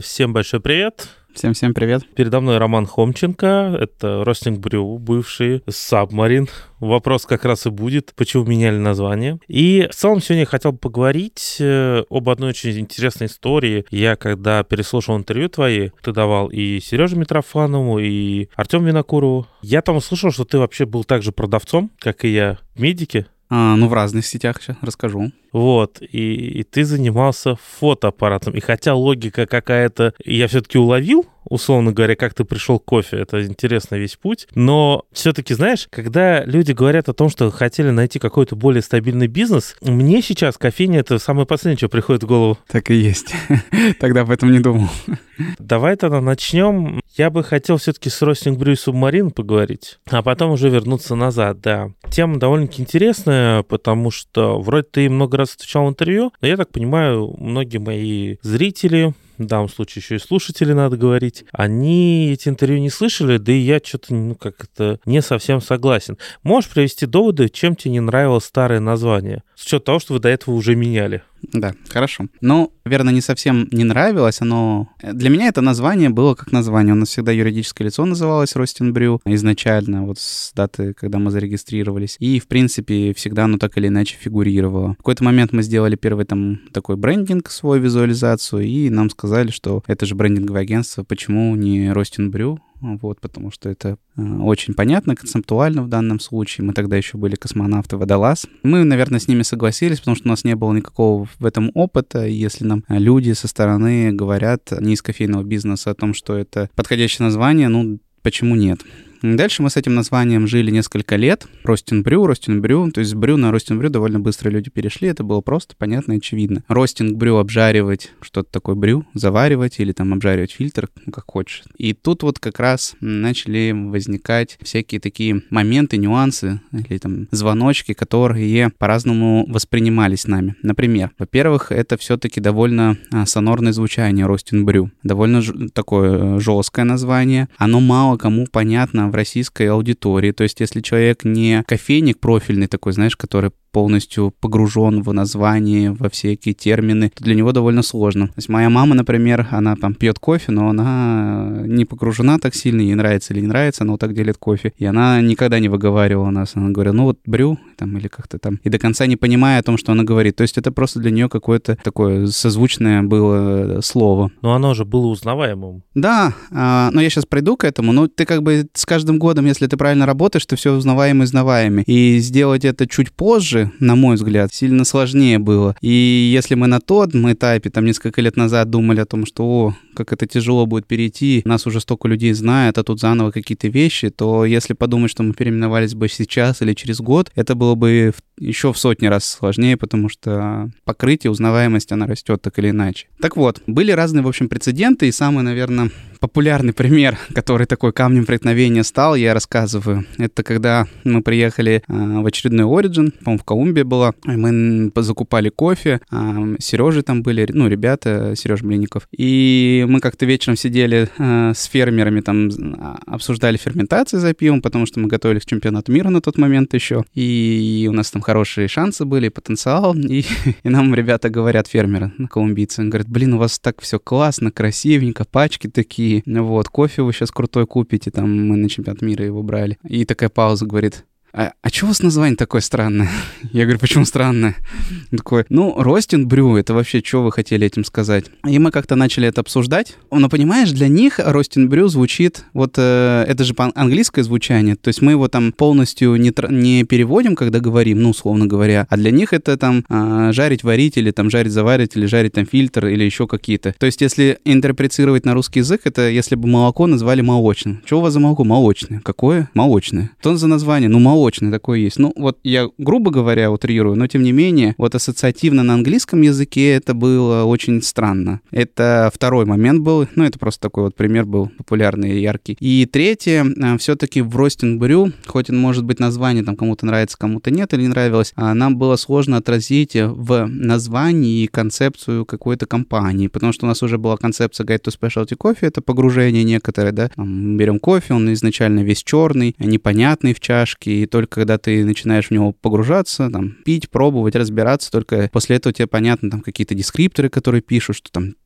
Всем большой привет. Всем привет. Передо мной Роман Хомченко, это Roasting Brew, бывший Submarine. Вопрос как раз и будет, почему меняли название. И в целом сегодня я хотел бы поговорить об одной очень интересной истории. Я когда переслушал интервью твои, ты давал и Сереже Митрофанову, и Артему Винокурову. Я там услышал, что ты вообще был также продавцом, как и я, в медике. В разных сетях сейчас расскажу. Вот, и ты занимался фотоаппаратом. И хотя логика какая-то я все-таки уловил, условно говоря, как ты пришел к кофе, это интересный весь путь. Но все-таки, знаешь, когда люди говорят о том, что хотели найти какой-то более стабильный бизнес, мне сейчас кофейня — это самое последнее, что приходит в голову. Так и есть. Тогда об этом не думал. Давай тогда начнем. Я бы хотел все-таки с Roasting Brew и Submarine поговорить, а потом уже вернуться назад, да. Тема довольно-таки интересная, потому что вроде ты много раз отвечал в интервью, но я так понимаю, многие мои зрители, в данном случае еще и слушатели, надо говорить, они эти интервью не слышали, да и я что-то, как-то не совсем согласен. Можешь привести доводы, чем тебе не нравилось старое название, с учетом того, что вы до этого уже меняли? Да, хорошо. Наверное, не совсем не нравилось, но для меня это название было как название. У нас всегда юридическое лицо называлось Roasting Brew изначально, вот с даты, когда мы зарегистрировались. И, в принципе, всегда оно так или иначе фигурировало. В какой-то момент мы сделали первый такой брендинг, свою визуализацию, и нам сказали, что это же брендинговое агентство, почему не Roasting Brew? Вот, потому что это очень понятно, концептуально в данном случае. Мы тогда еще были космонавты водолаз. Мы, наверное, с ними согласились, потому что у нас не было никакого в этом опыта. И если нам люди со стороны говорят не из кофейного бизнеса о том, что это подходящее название, почему нет? Дальше мы с этим названием жили несколько лет. Roasting Brew. То есть брю на Roasting Brew довольно быстро люди перешли. Это было просто, понятно и очевидно. Roasting Brew — обжаривать что-то такое брю, заваривать или обжаривать фильтр, как хочешь. И тут вот как раз начали возникать всякие такие моменты, нюансы или звоночки, которые по-разному воспринимались нами. Например, во-первых, это все-таки довольно сонорное звучание Roasting Brew. Довольно такое жесткое название. Оно мало кому понятно в российской аудитории. То есть если человек не кофейник профильный такой, знаешь, который полностью погружен в название, во всякие термины, то для него довольно сложно. То есть моя мама, например, она пьет кофе, но она не погружена так сильно, ей нравится или не нравится, она вот так делит кофе. И она никогда не выговаривала нас. Она говорила, брю, или как-то там. И до конца не понимая о том, что она говорит. То есть это просто для нее какое-то такое созвучное было слово. Но оно же было узнаваемым. Да, но я сейчас приду к этому. Ты с каждым годом, если ты правильно работаешь, ты все узнаваемый. И сделать это чуть позже, на мой взгляд, сильно сложнее было. И если мы на том этапе, несколько лет назад думали о том, что, как это тяжело будет перейти, нас уже столько людей знает, а тут заново какие-то вещи, то если подумать, что мы переименовались бы сейчас или через год, это было бы еще в сотни раз сложнее, потому что покрытие, узнаваемость, она растет так или иначе. Так вот, были разные, в общем, прецеденты, и самый, наверное, популярный пример, который такой камнем преткновения стал, я рассказываю. Это когда мы приехали в очередной Origin, по-моему, в Колумбии было, мы закупали кофе, с Сережей там были, ребята, Сережа Блинников, и мы как-то вечером сидели с фермерами, обсуждали ферментации за пивом, потому что мы готовились к чемпионату мира на тот момент еще, и у нас там хорошие шансы были, потенциал, и нам ребята говорят, фермеры, колумбийцы, говорят, у вас так все классно, красивенько, пачки такие, кофе вы сейчас крутой купите, мы на чемпионат мира его брали. И такая пауза, говорит, а что у вас название такое странное? Я говорю, почему странное? Он такой, Roasting Brew, это вообще, что вы хотели этим сказать? И мы как-то начали это обсуждать. Но понимаешь, для них Roasting Brew звучит, это же английское звучание, то есть мы его полностью не переводим, когда говорим, условно говоря, а для них это жарить, варить, или жарить, заваривать, или жарить фильтр, или еще какие-то. То есть если интерпретировать на русский язык, это если бы молоко назвали молочным. Что у вас за молоко? Молочное. Какое? Молочное. Что за название? Молочное такое есть. Я, грубо говоря, утрирую, но тем не менее, ассоциативно на английском языке это было очень странно. Это второй момент был, это просто такой пример был популярный и яркий. И третье, все-таки в Roasting Brew, хоть, может быть, название кому-то нравится, кому-то нет или не нравилось, нам было сложно отразить в названии концепцию какой-то компании, потому что у нас уже была концепция Guide to Specialty Coffee, это погружение некоторое, да, берем кофе, он изначально весь черный, непонятный в чашке, и только когда ты начинаешь в него погружаться, пить, пробовать, разбираться, только после этого тебе понятно какие-то дескрипторы, которые пишут, что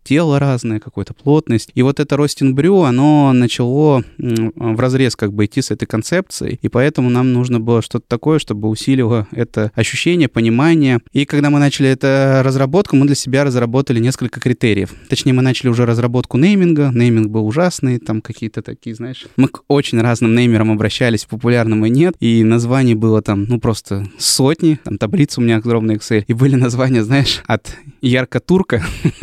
тело разное, какую-то плотность. И вот это Roasting Brew, оно начало вразрез как бы идти с этой концепцией, и поэтому нам нужно было что-то такое, чтобы усилило это ощущение, понимание. И когда мы начали эту разработку, мы для себя разработали несколько критериев. Точнее, мы начали уже разработку нейминга. Нейминг был ужасный, там какие-то такие, знаешь... Мы к очень разным неймерам обращались, популярным и нет, и названий было там, просто сотни, там таблица у меня огромная Excel, и были названия, знаешь, от ярко-турка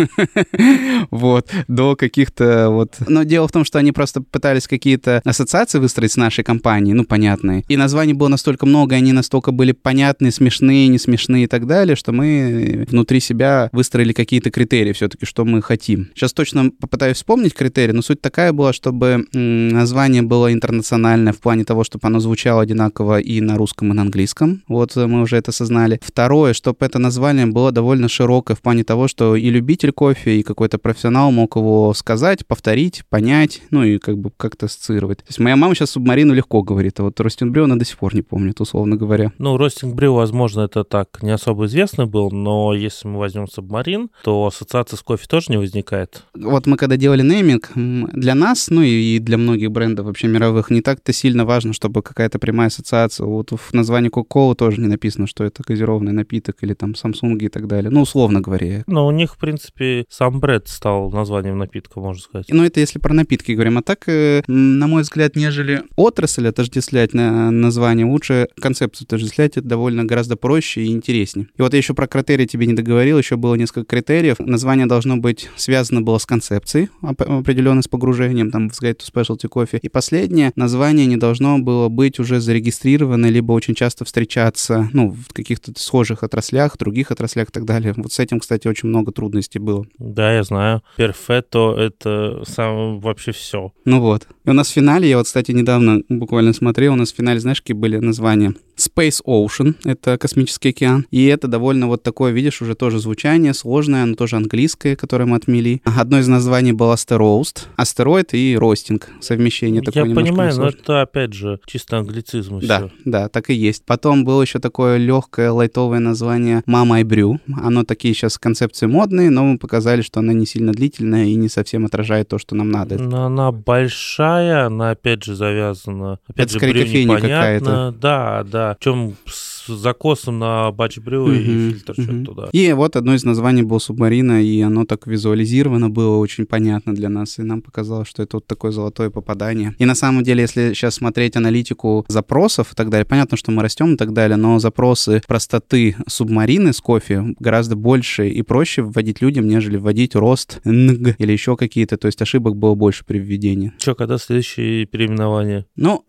вот, до каких-то вот... Но дело в том, что они просто пытались какие-то ассоциации выстроить с нашей компанией, понятные. И названий было настолько много, они настолько были понятные, смешные, не смешные и так далее, что мы внутри себя выстроили какие-то критерии все-таки, что мы хотим. Сейчас точно попытаюсь вспомнить критерии, но суть такая была, чтобы название было интернациональное в плане того, чтобы оно звучало одинаково и на русском, и на английском. Вот мы уже это осознали. Второе, чтобы это название было довольно широкое в плане того, что и любитель кофе, и какой-то профессионал мог его сказать, повторить, понять, и как-то ассоциировать. То есть моя мама сейчас субмарину легко говорит, а вот Roasting Brew она до сих пор не помнит, условно говоря. Roasting Brew, возможно, это так не особо известно был, но если мы возьмем субмарин, то ассоциация с кофе тоже не возникает. Вот мы когда делали нейминг, для нас, и для многих брендов вообще мировых, не так-то сильно важно, чтобы какая-то прямая ассоциация. Вот в названии Coca-Cola тоже не написано, что это газированный напиток или там Samsung и так далее. Условно говоря. Но у них, в принципе, сам бренд стал названием напитка, можно сказать. Это если про напитки говорим. А так, на мой взгляд, нежели отрасль отождествлять на название, лучше концепцию отождествлять, это довольно гораздо проще и интереснее. И вот я еще про критерии тебе не договорил, еще было несколько критериев. Название должно быть связано было с концепцией, определенной с погружением, там, в Guide to Specialty Coffee. И последнее, название не должно было быть уже зарегистрировано, либо очень часто встречаться, в каких-то схожих отраслях, других отраслях и так далее. Вот с этим, кстати, очень много трудностей было. Да, я знаю. Perfetto — это вообще все. Вот. И у нас в финале, я вот, кстати, недавно буквально смотрел, у нас в финале, знаешь, какие были названия? Space Ocean — это космический океан. И это довольно вот такое, видишь, уже тоже звучание сложное, оно тоже английское, которое мы отмели. Одно из названий было Asteroast, астероид и ростинг, совмещение такое. Я понимаю, но это, опять же, чисто англицизм и все. Да, так и есть. Потом было еще такое легкое, лайтовое название Mama I Brew. Оно такие сейчас концепции модные, но мы показали, что она не сильно длительная и не совсем отражает то, что нам надо. Но она большая, она, опять же, завязана. Опять это скорее кофейня какая-то. Да. Причем с закосом на батч-брю и фильтр что-то туда. И вот одно из названий было Субмарина, и оно так визуализировано было очень понятно для нас, и нам показалось, что это вот такое золотое попадание. И на самом деле, если сейчас смотреть аналитику запросов и так далее, понятно, что мы растем и так далее, но запросы простоты Субмарины с кофе гораздо больше и проще вводить людям, нежели вводить рост, нг или еще какие-то, то есть ошибок было больше при введении. Когда следующее переименование?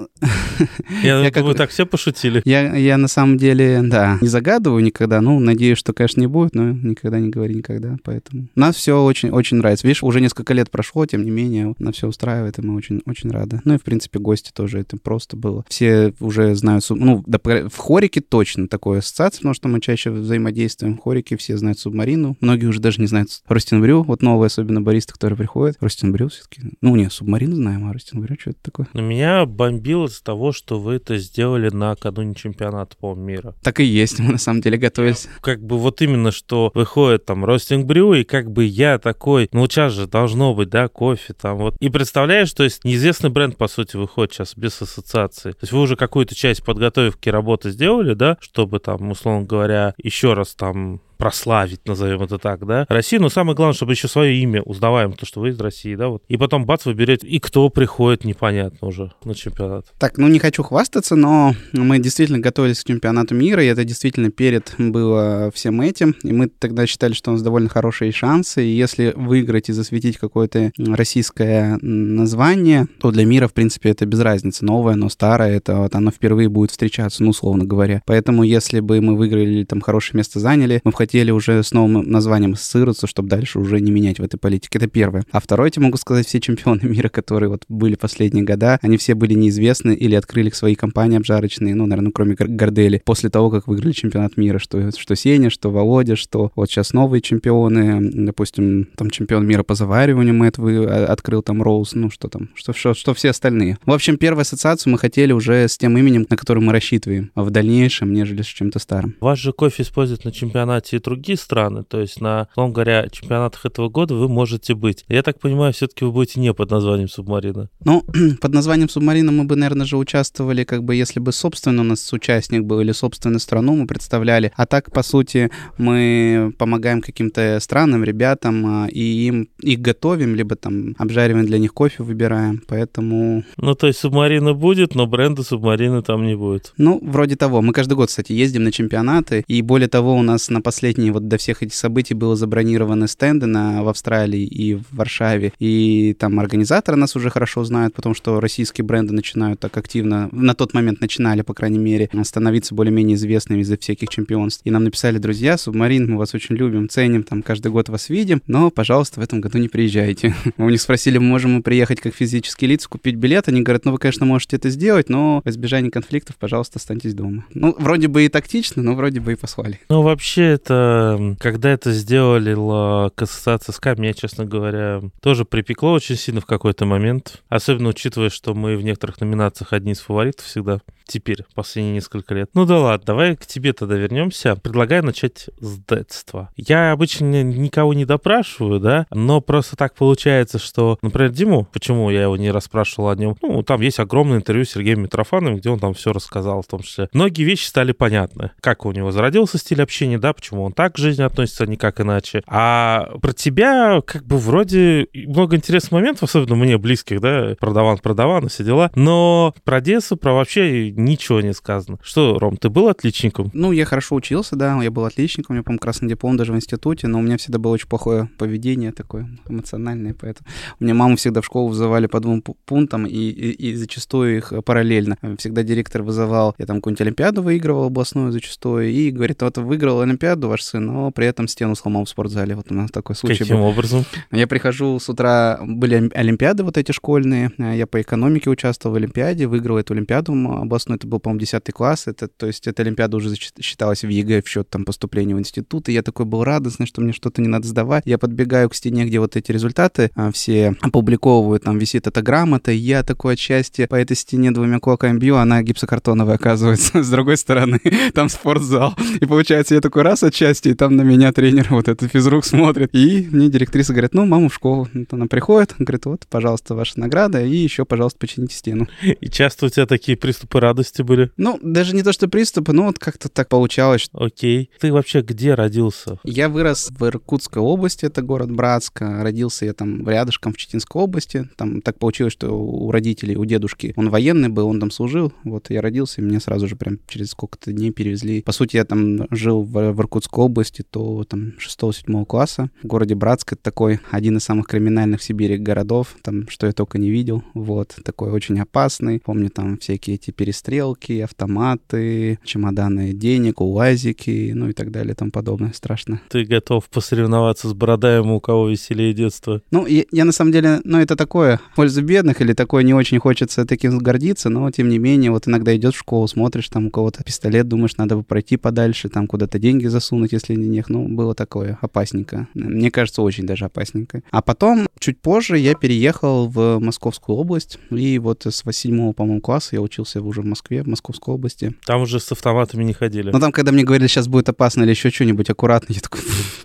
Я думаю, так все пошутили. Я на самом деле, не загадываю никогда, надеюсь, что, конечно, не будет, но никогда не говори никогда, поэтому... Нас все очень нравится. Видишь, уже несколько лет прошло, тем не менее, нас все устраивает, и мы очень рады. И, в принципе, гости тоже, это просто было. Все уже знают... в хорике точно такое ассоциация, потому что мы чаще взаимодействуем в хорике, все знают Субмарину. Многие уже даже не знают Roasting Brew, вот новые, особенно баристы, которые приходят. Roasting Brew все-таки... Субмарину знаем, а Roasting Brew, что это такое? Меня бомбило с того, что вы это сделали накануне чемпионата, по-моему, мира. Так и есть, мы на самом деле готовились. Вот именно, что выходит там Roasting Brew, и я такой, сейчас же должно быть, кофе там вот. И представляешь, то есть неизвестный бренд, по сути, выходит сейчас без ассоциации. То есть вы уже какую-то часть подготовки работы сделали, чтобы там, условно говоря, еще раз там прославить, назовем это так, Россию, но самое главное, чтобы еще свое имя узнаваем, то, что вы из России, И потом, бац, вы берете, и кто приходит, непонятно уже на чемпионат. Так, не хочу хвастаться, но мы действительно готовились к чемпионату мира, и это действительно перед было всем этим, и мы тогда считали, что у нас довольно хорошие шансы, и если выиграть и засветить какое-то российское название, то для мира, в принципе, это без разницы, новое, но старое, это вот оно впервые будет встречаться, условно говоря. Поэтому, если бы мы выиграли или там хорошее место заняли, мы бы хотели уже с новым названием ассоциироваться, чтобы дальше уже не менять в этой политике. Это первое. А второе, я могу сказать, все чемпионы мира, которые вот были последние года, они все были неизвестны или открыли свои компании обжарочные, наверное, кроме Гордели, после того, как выиграли чемпионат мира, что Сеня, что Володя, что вот сейчас новые чемпионы, допустим, там чемпион мира по завариванию Мэтт открыл там Роуз, что все остальные. В общем, первую ассоциацию мы хотели уже с тем именем, на который мы рассчитываем в дальнейшем, нежели с чем-то старым. Ваш же кофе используют на чемпионате и другие страны, то есть на, условно говоря, чемпионатах этого года вы можете быть. Я так понимаю, все-таки вы будете не под названием «Субмарина». Ну, под названием «Субмарина» мы бы, наверное, же участвовали, как бы, если бы собственно у нас участник был или собственную страну мы представляли. А так, по сути, мы помогаем каким-то странам, ребятам, и их готовим, либо там обжариваем для них кофе, выбираем, поэтому... Ну, то есть «Субмарина» будет, но бренда «Субмарины» там не будет. Ну, вроде того. Мы каждый год, кстати, ездим на чемпионаты, и более того, у нас на последние, вот до всех этих событий было забронированы стенды в Австралии и в Варшаве, и там организаторы нас уже хорошо знают, потому что российские бренды начинают так активно, на тот момент начинали, по крайней мере, становиться более-менее известными из-за всяких чемпионств. И нам написали: друзья, «Субмарин, мы вас очень любим, ценим, там каждый год вас видим, но, пожалуйста, в этом году не приезжайте». Мы у них спросили, можем мы приехать как физические лица, купить билет? Они говорят: ну, вы, конечно, можете это сделать, но в избежание конфликтов, пожалуйста, останьтесь дома. Ну, вроде бы и тактично, но вроде бы и послали. Ну, вообще, это, когда это сделали ассоциация СКА, меня, честно говоря, тоже припекло очень сильно в какой-то момент. Особенно учитывая, что мы в некоторых номинациях одни из фаворитов всегда. Теперь, последние несколько лет. Ну да ладно, давай к тебе тогда вернемся. Предлагаю начать с детства. Я обычно никого не допрашиваю, да, но просто так получается, что, например, Диму, почему я его не расспрашивал о нем, ну, там есть огромное интервью с Сергеем Митрофановым, где он там все рассказал, в том числе. Многие вещи стали понятны. Как у него зародился стиль общения, да, почему он так к жизни относится, а не как иначе. А про тебя, как бы, вроде много интересных моментов, особенно мне близких, да, продаван, все дела, но про детство, про вообще ничего не сказано. Что, Ром, ты был отличником? Ну, я хорошо учился, да, я был отличником, у меня, по-моему, красный диплом даже в институте, но у меня всегда было очень плохое поведение такое эмоциональное, поэтому у меня маму всегда в школу вызывали по 2 пунктам, и зачастую их параллельно. Всегда директор вызывал, я там какую-нибудь олимпиаду выигрывал областную зачастую, и говорит: вот выиграл олимпиаду ваш сын, но при этом стену сломал в спортзале. Вот у нас такой случай был. Каким образом? Я прихожу с утра, были олимпиады вот эти школьные, я по экономике участвовал в олимпиаде, выиграл эту олимпиаду областную, это был, по-моему, 10 класс, то есть эта олимпиада уже считалась в ЕГЭ в счет там поступления в институт, и я такой был радостный, что мне что-то не надо сдавать. Я подбегаю к стене, где вот эти результаты все опубликовывают, там висит эта грамота, и я такой от счастья по этой стене 2 кулаками бью, она гипсокартоновая оказывается. С другой стороны, там спортзал. И получается, я такой раз от счастья, и там на меня тренер, вот этот физрук, смотрит, и мне директриса говорит: ну, маму в школу. Вот она приходит, говорит: вот, пожалуйста, ваша награда, и еще, пожалуйста, почините стену. И часто у тебя такие приступы радости были? Ну, даже не то, что приступы, но вот как-то так получалось. Окей. Ты вообще где родился? Я вырос в Иркутской области, это город Братск. Родился я там рядышком в Читинской области. Там так получилось, что у родителей, у дедушки, он военный был, он там служил. Вот я родился, и меня сразу же прям через сколько-то дней перевезли. По сути, я там жил в Иркутской области до там 6-7 класса. В городе Братск, это такой один из самых криминальных в Сибири городов, там, что я только не видел. Вот, такой очень опасный. Помню там всякие эти перестрелки, автоматы, чемоданы денег, УАЗики, ну и так далее, и тому подобное. Страшно. Ты готов посоревноваться с Бородаем, у кого веселее детство? Ну, я на самом деле, ну, это такое, в пользу бедных, или такое не очень хочется таким гордиться, но, тем не менее, вот иногда идешь в школу, смотришь, там у кого-то пистолет, думаешь, надо бы пройти подальше, там куда-то деньги засунуть, если денег. Ну, было такое опасненько. Мне кажется, очень даже опасненько. А потом, чуть позже, я переехал в Московскую область, и вот с 7, по-моему, класса я учился уже в Москве, в Московской области. Там уже с автоматами не ходили. Но там, когда мне говорили, сейчас будет опасно или еще что-нибудь аккуратно, я такой...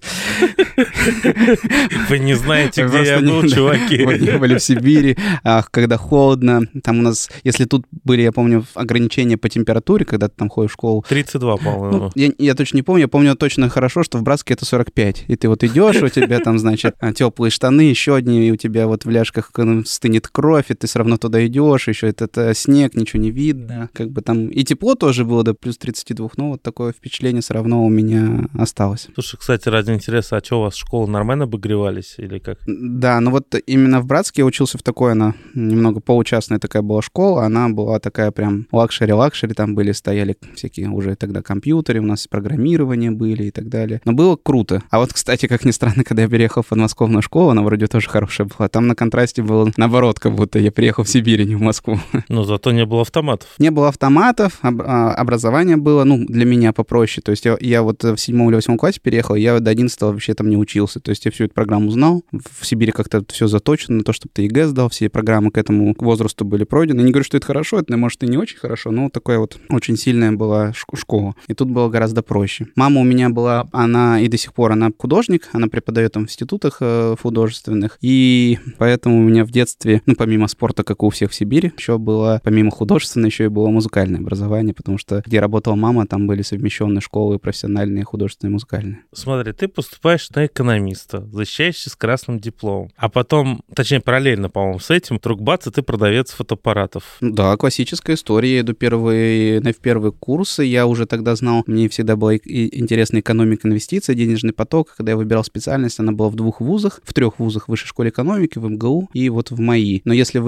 Вы не знаете, где я был, чуваки. Мы не были в Сибири, когда холодно. Там у нас, если тут были, я помню, ограничения по температуре, когда ты там ходишь в школу. 32, по-моему. Ну, я точно не помню. Я помню точно хорошо, что в Братске это 45. И ты вот идешь, у тебя там, значит, теплые штаны, еще одни, и у тебя вот в ляжках стынет кровь, и ты все равно туда идешь, еще это снег, ничего не видно. Как бы там и тепло тоже было до плюс 32, но вот такое впечатление все равно у меня осталось. Слушай, кстати, ради интереса, а что, у вас школы нормально обогревались или как? Да, ну вот именно в Братске я учился в такой, она немного получастная такая была школа, она была такая прям лакшери, там стояли всякие уже тогда компьютеры, у нас программирование были и так далее. Но было круто. А вот, кстати, как ни странно, когда я переехал в подмосковную школу, она вроде тоже хорошая была, там на контрасте было наоборот, как будто я приехал в Сибирь, а не в Москву. Но зато не было автоматов. Не было автоматов, образование было, ну, для меня попроще. То есть я вот в 7 или 8 классе переехал, я до 11 вообще там не учился. учился. То есть я всю эту программу знал. В Сибири как-то все заточено на то, чтобы ты ЕГЭ сдал. Все программы к этому возрасту были пройдены. Я не говорю, что это хорошо, это, может, и не очень хорошо, но такая вот очень сильная была школа. И тут было гораздо проще. Мама у меня была, она и до сих пор, она художник, она преподает там в институтах художественных. И поэтому у меня в детстве, ну, помимо спорта, как у всех в Сибири, еще было, помимо художественного, еще и было музыкальное образование, потому что где работала мама, там были совмещенные школы профессиональные, художественные, музыкальные. Смотри, ты поступаешь на экономиста, защищаешься с красным дипломом, а потом, точнее, параллельно, по-моему, с этим, вдруг бац, и ты продавец фотоаппаратов. Да, классическая история. Я иду в первые курсы, я уже тогда знал, мне всегда была интересна экономика, инвестиции, денежный поток. Когда я выбирал специальность, она была в 2 вузах, в 3 вузах: в Высшей школе экономики, в МГУ и вот в МАИ. Но если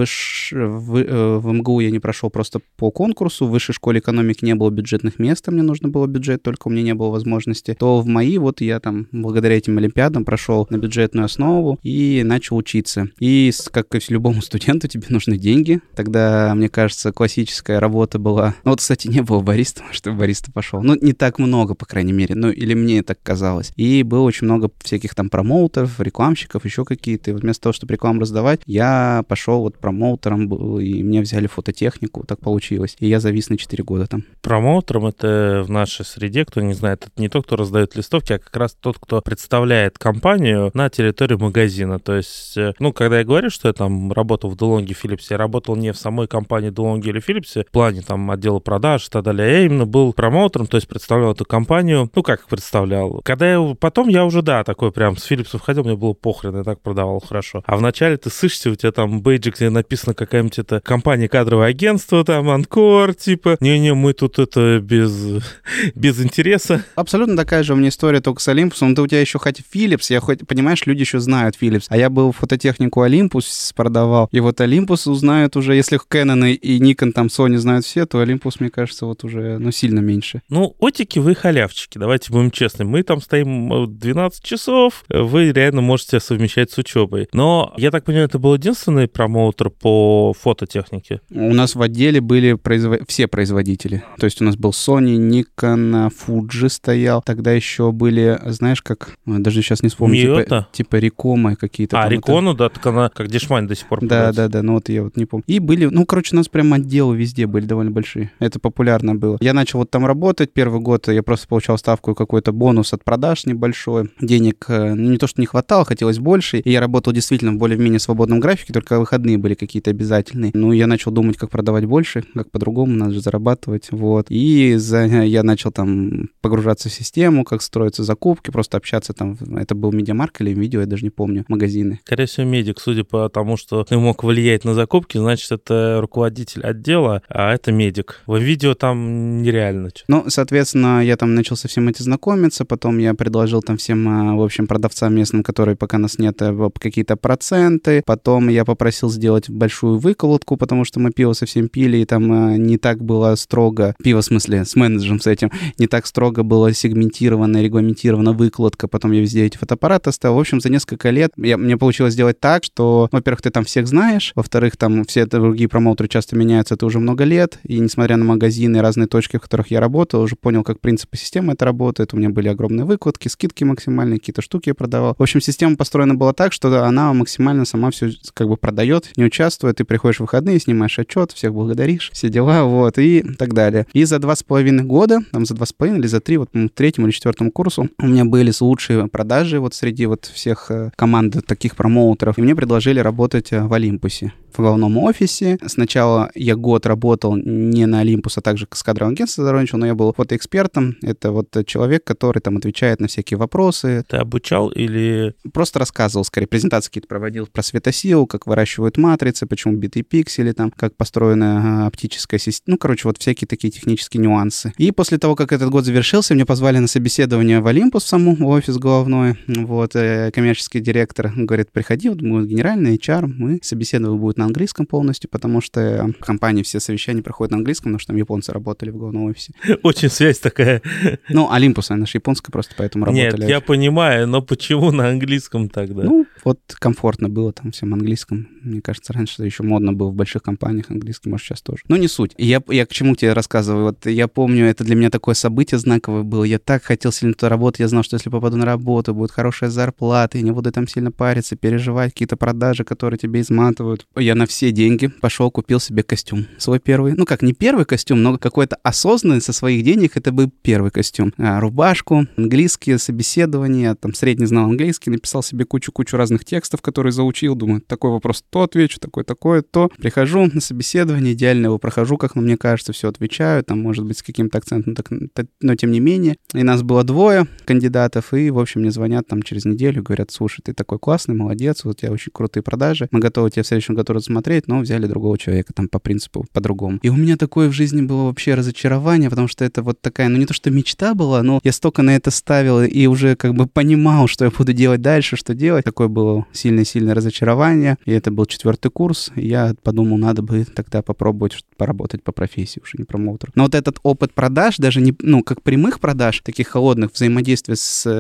в МГУ я не прошел просто по конкурсу, в Высшей школе экономики не было бюджетных мест, а мне нужно было бюджет, только у меня не было возможности, то в МАИ вот я там благодаря этим олимпиадам прошел на бюджетную основу и начал учиться. И как и любому студенту, тебе нужны деньги. Тогда, мне кажется, классическая работа была... Ну вот, кстати, не было бариста, что бариста пошел. Ну, не так много, по крайней мере. Ну, или мне так казалось. И было очень много всяких там промоутеров, рекламщиков, еще какие-то. И вот вместо того, чтобы рекламу раздавать, я пошел вот промоутером, и мне взяли фототехнику. Так получилось. И я завис на 4 года там. Промоутером — это в нашей среде, кто не знает, это не тот, кто раздает листовки, а как раз тот, кто представляет компанию на территории магазина. То есть, ну, когда я говорю, что я там работал в DeLonghi Philips, я работал не в самой компании DeLonghi или Philips, в плане там отдела продаж и так далее, я именно был промоутером, то есть представлял эту компанию, ну, как представлял. Потом я уже, да, такой прям с Philips ходил, мне было похрен, я так продавал хорошо. А вначале ты слышишься, у тебя там бейджик, где написано какая-нибудь это компания, кадровое агентство, там, Анкор, типа, не-не, мы тут это без интереса. Абсолютно такая же у меня история, только с Олимпусом. У тебя еще хоть Philips, понимаешь, люди еще знают Philips, а я был фототехнику Olympus продавал, и вот Olympus узнают уже, если Canon и Nikon, там, Sony знают все, то Olympus, мне кажется, вот уже, ну, сильно меньше. Ну, отики, вы халявчики, давайте будем честны. Мы там стоим 12 часов, вы реально можете совмещать с учебой. Но, я так понимаю, это был единственный промоутер по фототехнике? У нас в отделе были все производители. То есть у нас был Sony, Nikon, Fuji стоял. Тогда еще были, знаешь, как... Даже сейчас не вспомню. Типа Рикома какие-то. Рикону, да, так она как дешмань до сих пор продается. Да, ну вот я вот не помню. И были, ну, короче, у нас прям отделы везде были довольно большие. Это популярно было. Я начал вот там работать. Первый год я просто получал ставку, какой-то бонус от продаж небольшой. Денег, ну, не то, что не хватало, хотелось больше. И я работал действительно в более-менее свободном графике, только выходные были какие-то обязательные. Ну, я начал думать, как продавать больше, как по-другому, надо же зарабатывать, вот. И я начал там погружаться в систему, как строятся закупки, просто общаться там. Это был Медиамарк или Видео, я даже не помню, магазины. Скорее всего, медик, судя по тому, что ты мог влиять на закупки, значит, это руководитель отдела, а это медик. В видео там нереально. Ну, соответственно, я там начал со всем этим знакомиться, потом я предложил там всем, в общем, продавцам местным, которые пока нас нет, какие-то проценты, потом я попросил сделать большую выкладку, потому что мы пиво совсем пили, и там не так было строго, пиво в смысле, с менеджером с этим, не так строго было сегментировано, регламентирована выкладка, потом я везде эти фотоаппараты оставил. В общем, за несколько лет мне получилось сделать так, что, во-первых, ты там всех знаешь, во-вторых, там все другие промоутеры часто меняются, это уже много лет, и несмотря на магазины, разные точки, в которых я работал, уже понял, как принципы системы это работает, у меня были огромные выкладки, скидки максимальные, какие-то штуки я продавал. В общем, система построена была так, что она максимально сама все как бы продает, не участвует, ты приходишь в выходные, снимаешь отчет, всех благодаришь, все дела, вот, и так далее. И за 2,5 года, там за 2,5 или за 3, вот по 3 или 4 курсу у меня были лучшие продажи вот среди вот всех команд таких промоутеров, и мне предложили работать в Олимпусе, в головном офисе. Сначала я год работал не на Олимпус, а также с кадровым агентством сотрудничал, но я был фотоэкспертом. Это вот человек, который там отвечает на всякие вопросы. Ты обучал или... Просто рассказывал, скорее, презентации какие-то проводил про светосилу, как выращивают матрицы, почему битые пиксели, там, как построена оптическая система. Ну, короче, вот всякие такие технические нюансы. И после того, как этот год завершился, меня позвали на собеседование в Олимпус саму, в офис головной. Вот, коммерческий директор говорит, приходи, вот мы генеральный HR, мы собеседовали будет на английском полностью, потому что в компании все совещания проходят на английском, потому что там японцы работали в главном офисе. Очень связь такая. Ну, Олимпус, она же японская, просто поэтому работали. Нет, я понимаю, но почему на английском тогда? Ну, вот комфортно было там всем английском. Мне кажется, раньше еще модно было в больших компаниях английский, может, сейчас тоже. Но не суть. Я к чему тебе рассказываю? Вот я помню, это для меня такое событие знаковое было. Я так хотел сильно туда работать. Я знал, что если попаду на работу, будет хорошая зарплата, я не буду там сильно париться, переживать какие-то продажи, которые тебе изматывают. Я на все деньги пошел, купил себе костюм свой первый. Ну, как не первый костюм, но какой-то осознанный со своих денег, это был первый костюм. Рубашку, английские собеседования, там средний знал английский, написал себе кучу разных текстов, которые заучил. Думаю, такой вопрос то отвечу, такое, то. Прихожу на собеседование, идеально его прохожу, как мне кажется, все отвечаю, там, может быть, с каким-то акцентом, но тем не менее. И нас было 2 кандидатов, и, в общем, мне звонят там через неделю, говорят, слушай, ты такой классный, молодец, вот у тебя очень крутые продажи, мы готовы тебя в следующем году рассмотреть, но взяли другого человека там по принципу по-другому. И у меня такое в жизни было вообще разочарование, потому что это вот такая, ну не то что мечта была, но я столько на это ставил и уже как бы понимал, что я буду делать дальше, что делать. Такое было сильное-сильное разочарование, и это был 4-й курс, и я подумал, надо бы тогда попробовать поработать по профессии, уже не промоутер. Но вот этот опыт продаж, даже не, ну, как прямых продаж, таких холодных взаимодействий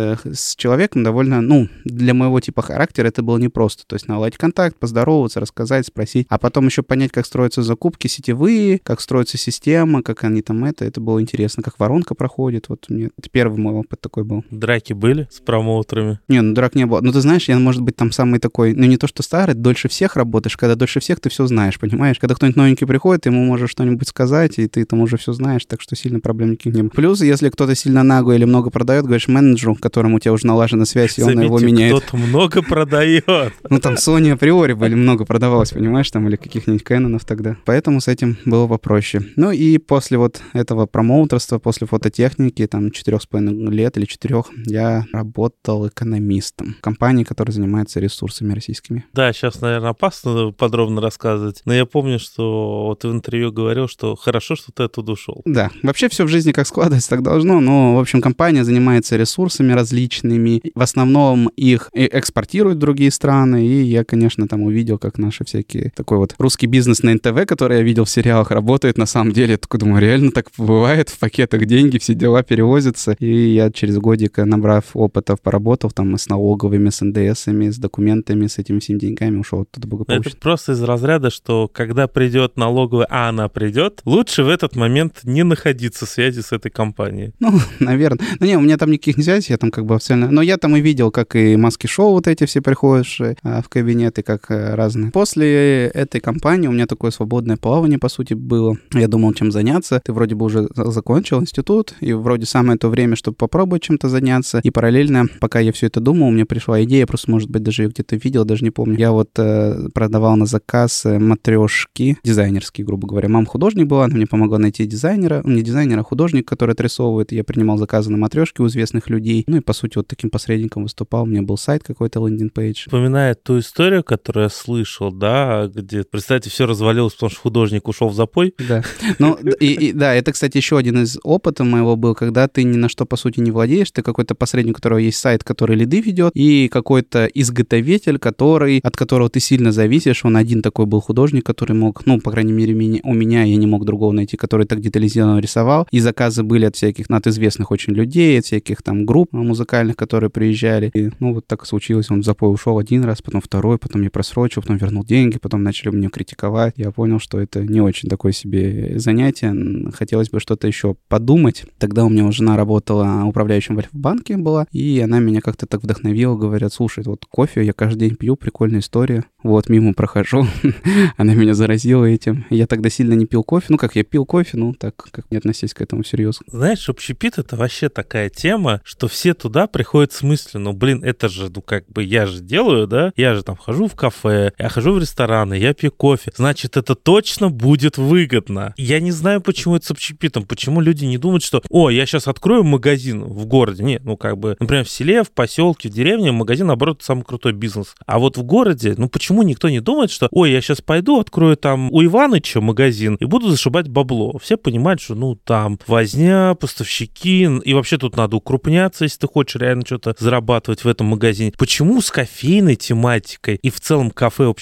с человеком довольно, ну, для моего типа характера это было непросто. То есть наладить контакт, поздороваться, рассказать, спросить, а потом еще понять, как строятся закупки сетевые, как строится система, как они там это было интересно, как воронка проходит. Вот мне это первый мой опыт такой был. Драки были с промоутерами? Не, ну драк не было. Ну, ты знаешь, я, может быть, там самый такой, ну, не то что старый, дольше всех работаешь, когда дольше всех ты все знаешь, понимаешь? Когда кто-нибудь новенький приходит, ему можешь что-нибудь сказать, и ты там уже все знаешь, так что сильно проблем никаких не было. Плюс, если кто-то сильно наглый или много продает, говоришь менеджеру, которому у тебя уже налажена связь, и он его меняет. Кто-то много продает. Ну, там Sony априори были много продавалось, понимаешь, там, или каких-нибудь Кэнонов тогда. Поэтому с этим было попроще. Ну, и после вот этого промоутерства, после фототехники, там, 4,5 лет или 4, я работал экономистом в компании, которая занимается ресурсами российскими. Да, сейчас, наверное, опасно подробно рассказывать, но я помню, что вот в интервью говорил, что хорошо, что ты оттуда ушел. Да, вообще все в жизни как складывается, так должно, но, в общем, компания занимается ресурсами различными, в основном их экспортируют в другие страны, и я, конечно, там увидел, как наши всякие, такой вот русский бизнес на НТВ, который я видел в сериалах, работает на самом деле. Я такой думаю, реально так бывает, в пакетах деньги, все дела перевозятся, и я через годик, набрав опытов, поработал там с налоговыми, с НДСами, с документами, с этими всеми деньгами, ушел оттуда благополучно. Это просто из разряда, что когда придет налоговая, а она придет, лучше в этот момент не находиться в связи с этой компанией. Ну, наверное. Ну, не, у меня там никаких связей, я там как бы официально... Но я там и видел, как и маски-шоу вот эти все приходишь в кабинеты, как разные. После этой компании у меня такое свободное плавание, по сути, было. Я думал, чем заняться. Ты вроде бы уже закончил институт, и вроде самое то время, чтобы попробовать чем-то заняться. И параллельно, пока я все это думал, у меня пришла идея, просто, может быть, даже ее где-то видел, даже не помню. Я вот продавал на заказ матрешки дизайнерские, грубо говоря. Мама художник была, она мне помогла найти дизайнера. Не дизайнера, а художник, который отрисовывает. Я принимал заказы на матрешки у известных людей. Ну и, по сути, вот таким посредником выступал. У меня был сайт какой-то, лендинг-пейдж. Вспоминает ту историю, которую я слышал, да, где, представьте, все развалилось, потому что художник ушел в запой. Да. Ну, да, это, кстати, еще один из опытов моего был, когда ты ни на что, по сути, не владеешь, ты какой-то посредник, у которого есть сайт, который лиды ведет, и какой-то изготовитель, от которого ты сильно зависишь. Он один такой был художник, который мог, ну, по крайней мере, у меня я не мог другого найти, который так детализированно рисовал. И заказы были от всяких, от известных очень людей, от всяких там групп музыкальных, которые приезжали. И, ну, вот так случилось. Он в запой ушел один раз, потом второй, потом я просрочил, потом вернул деньги, потом начали меня критиковать. Я понял, что это не очень такое себе занятие. Хотелось бы что-то еще подумать. Тогда у меня жена работала управляющим в Альфа-банке была, и она меня как-то так вдохновила, говорят, слушай, вот кофе я каждый день пью, прикольная история. Вот, мимо прохожу, она меня заразила этим. Я тогда сильно не пил кофе. Ну, как я пил кофе, ну, так, как не относись к этому всерьез. Знаешь, общепит — это вообще такая тема, что все туда приходят с мыслью, ну, блин, это же, ну, как бы я же делаю, да? Я же там хожу в кафе, я хожу в рестораны, я пью кофе. Значит, это точно будет выгодно. Я не знаю, почему это с общепитом, почему люди не думают, что, о, я сейчас открою магазин в городе. Нет, ну, как бы, например, в селе, в поселке, в деревне магазин, наоборот, самый крутой бизнес. А вот в городе, ну, почему никто не думает, что, ой, я сейчас пойду, открою там у Иваныча магазин и буду зашибать бабло. Все понимают, что, ну, там возня, поставщики, и вообще тут надо укрупняться, если ты хочешь реально что-то зарабатывать в этом магазине. Почему с кофейной тематикой и в целом кафе общепитом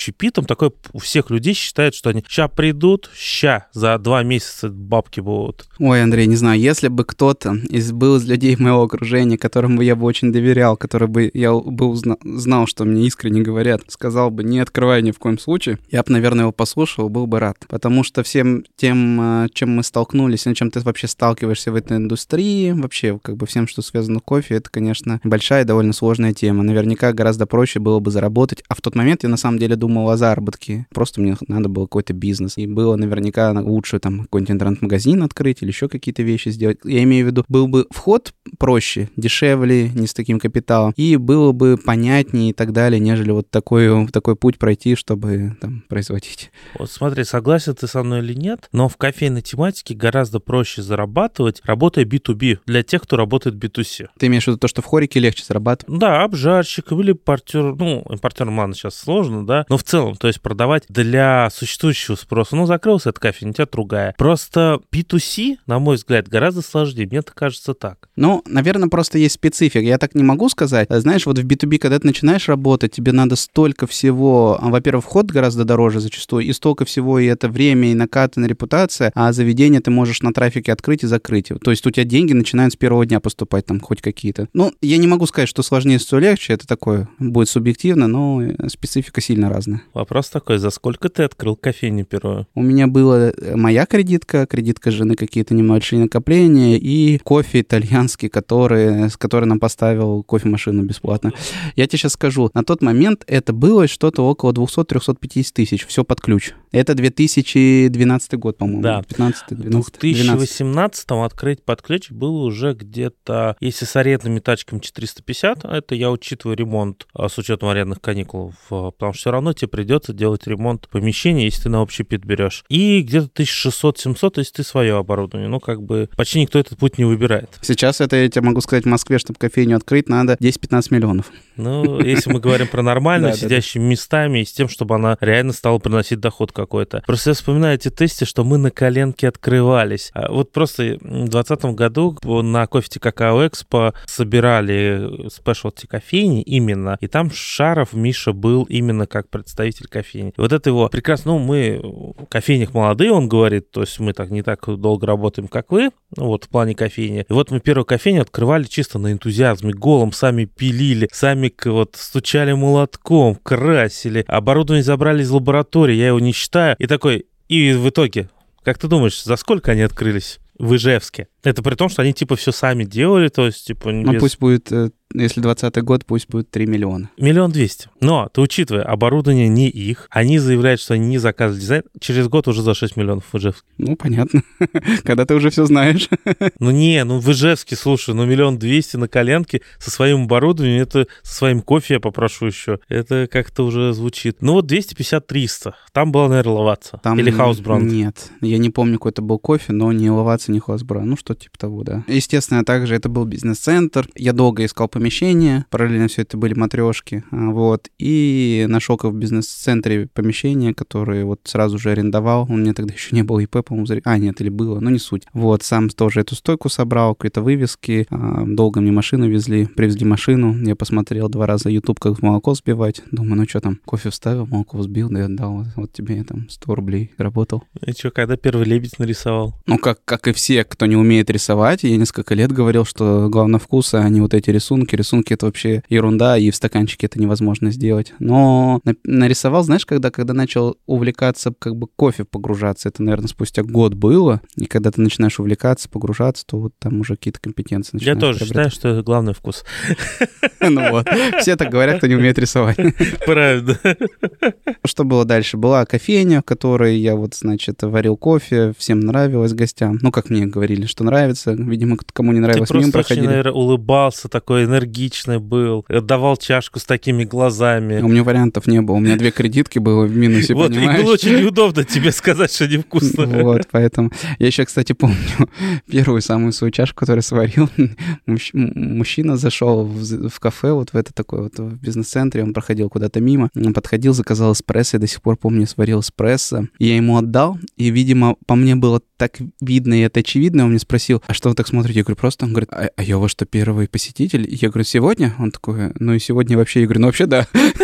такое у всех людей считают, что они ща придут, за 2 месяца бабки будут. Ой, Андрей, не знаю, если бы кто-то был из людей моего окружения, которому я бы очень доверял, который бы я бы знал, что мне искренне говорят, сказал бы, не открывай ни в коем случае, я бы, наверное, его послушал, был бы рад. Потому что всем тем, чем мы столкнулись, чем ты вообще сталкиваешься в этой индустрии, вообще как бы всем, что связано с кофе, это, конечно, большая и довольно сложная тема. Наверняка гораздо проще было бы заработать. А в тот момент я на самом деле думал о заработке. Просто мне надо было какой-то бизнес. И было наверняка лучше там какой-нибудь интернет-магазин открыть или еще какие-то вещи сделать. Я имею в виду, был бы вход проще, дешевле, не с таким капиталом, и было бы понятнее и так далее, нежели вот такой путь пройти, чтобы там производить. Вот смотри, согласен ты со мной или нет, но в кофейной тематике гораздо проще зарабатывать, работая B2B, для тех, кто работает B2C. Ты имеешь в виду то, что в хорике легче зарабатывать? Да, обжарщиком или импортер. Ну, импортером, ладно, сейчас сложно, да, но в целом, то есть продавать для существующего спроса. Ну, закрылся этот кофейня, у тебя другая. Просто B2C, на мой взгляд, гораздо сложнее. Мне это кажется так. Ну, наверное, просто есть специфика. Я так не могу сказать. Знаешь, вот в B2B, когда ты начинаешь работать, тебе надо столько всего. Во-первых, вход гораздо дороже зачастую, и столько всего, и это время, и накатанная репутация, а заведение ты можешь на трафике открыть и закрыть. То есть у тебя деньги начинают с первого дня поступать, там, хоть какие-то. Ну, я не могу сказать, что сложнее, что легче, это такое будет субъективно, но специфика сильно разная. Вопрос такой, за сколько ты открыл кофейню первую? У меня была моя кредитка жены, какие-то небольшие накопления, и кофе итальянский, с которой нам поставил кофемашину бесплатно. Я тебе сейчас скажу, на тот момент это было что-то около 200-350 тысяч, все под ключ. Это 2012 год, по-моему. Да. 15-12. В 2018-м открыть под ключ было уже где-то, если с арендными тачками 450, это я учитываю ремонт с учетом арендных каникул, потому что все равно тебе придется делать ремонт помещения, если ты на общепит берешь. И где-то 1600-700, если ты свое оборудование. Ну, как бы почти никто этот путь не выбирает. Сейчас это, я тебе могу сказать, в Москве, чтобы кофейню открыть, надо 10-15 миллионов. Ну, если мы говорим про нормальную, сидящими местами и с тем, чтобы она реально стала приносить доход какой-то. Просто я вспоминаю эти тесты, что мы на коленке открывались. Вот просто в 2020 году на Кофе Какао Экспо собирали спешлти кофейни именно, и там Шаров Миша был именно как представитель кофейни. И вот это его прекрасно, ну, мы в кофейнях молодые, он говорит, то есть мы так не так долго работаем, как вы, вот в плане кофейни. И вот мы первую кофейню открывали чисто на энтузиазме, голом, сами пилили, сами вот стучали молотком, красили, оборудование забрали из лаборатории, я его не считаю, и такой, и в итоге, как ты думаешь, за сколько они открылись в Ижевске? Это при том, что они типа все сами делали, то есть типа... Ну пусть будет, если 2020 год, пусть будет 3 миллиона. 1 200 000. Но ты учитывая, оборудование не их, они заявляют, что они не заказывали дизайн, через год уже за 6 миллионов в Ижевске. Ну, понятно. Когда ты уже все знаешь. Ну в Ижевске, слушай, 1 200 000 на коленке со своим оборудованием, это со своим кофе я попрошу еще. Это как-то уже звучит. Ну вот 250-300. Там была, наверное, Лаваца. Или Хаусбранд. Нет, я не помню, какой это был кофе, но не Лаваца, не Хаусбранд. Ну, что типа того, да. Естественно, также это был бизнес-центр. Я долго искал помещение. Параллельно все это были матрешки. Вот. И нашел в бизнес-центре помещение, которое вот сразу же арендовал. У меня тогда еще не было ИП, по-моему. Нет, или было, но не суть. Вот. Сам тоже эту стойку собрал, какие-то вывески. Долго мне машину везли. Привезли машину. Я посмотрел 2 раза YouTube, как молоко взбивать. Думаю, ну что там, кофе вставил, молоко взбил, да и отдал. Вот тебе там 100 рублей. Работал. И что, когда первый лебедь нарисовал? Ну, как и все, кто не умеет рисовать. Я несколько лет говорил, что главное вкус, а не вот эти рисунки. Рисунки — это вообще ерунда, и в стаканчике это невозможно сделать. Но нарисовал, знаешь, когда начал увлекаться, как бы кофе погружаться, это, наверное, спустя год было, и когда ты начинаешь увлекаться, погружаться, то вот там уже какие-то компетенции начинаешь. Я тоже считаю, что это главный вкус. Ну вот, все так говорят, кто не умеет рисовать. Правда. Что было дальше? Была кофейня, в которой я вот, значит, варил кофе, всем нравилось гостям. Ну, как мне говорили, что нравится. Видимо, кому не нравилось, мимо проходили. Ты просто очень, наверное, улыбался, такой энергичный был, отдавал чашку с такими глазами. У меня вариантов не было. У меня 2 кредитки было в минусе, вот, понимаешь? Вот, и было очень неудобно тебе сказать, что невкусно. Вот, поэтому... Я еще, кстати, помню первую самую свою чашку, которую сварил. Мужчина зашел в кафе, вот в это такое вот в бизнес-центре, он проходил куда-то мимо, он подходил, заказал эспрессо, я до сих пор помню, сварил эспрессо. Я ему отдал, и, видимо, по мне было так видно, и это очевидно. Он мне спросил, а что вы так смотрите? Я говорю, просто. Он говорит, а я у вас что, первый посетитель? Я говорю, сегодня? Он такой, ну и сегодня вообще. Я говорю, ну вообще да.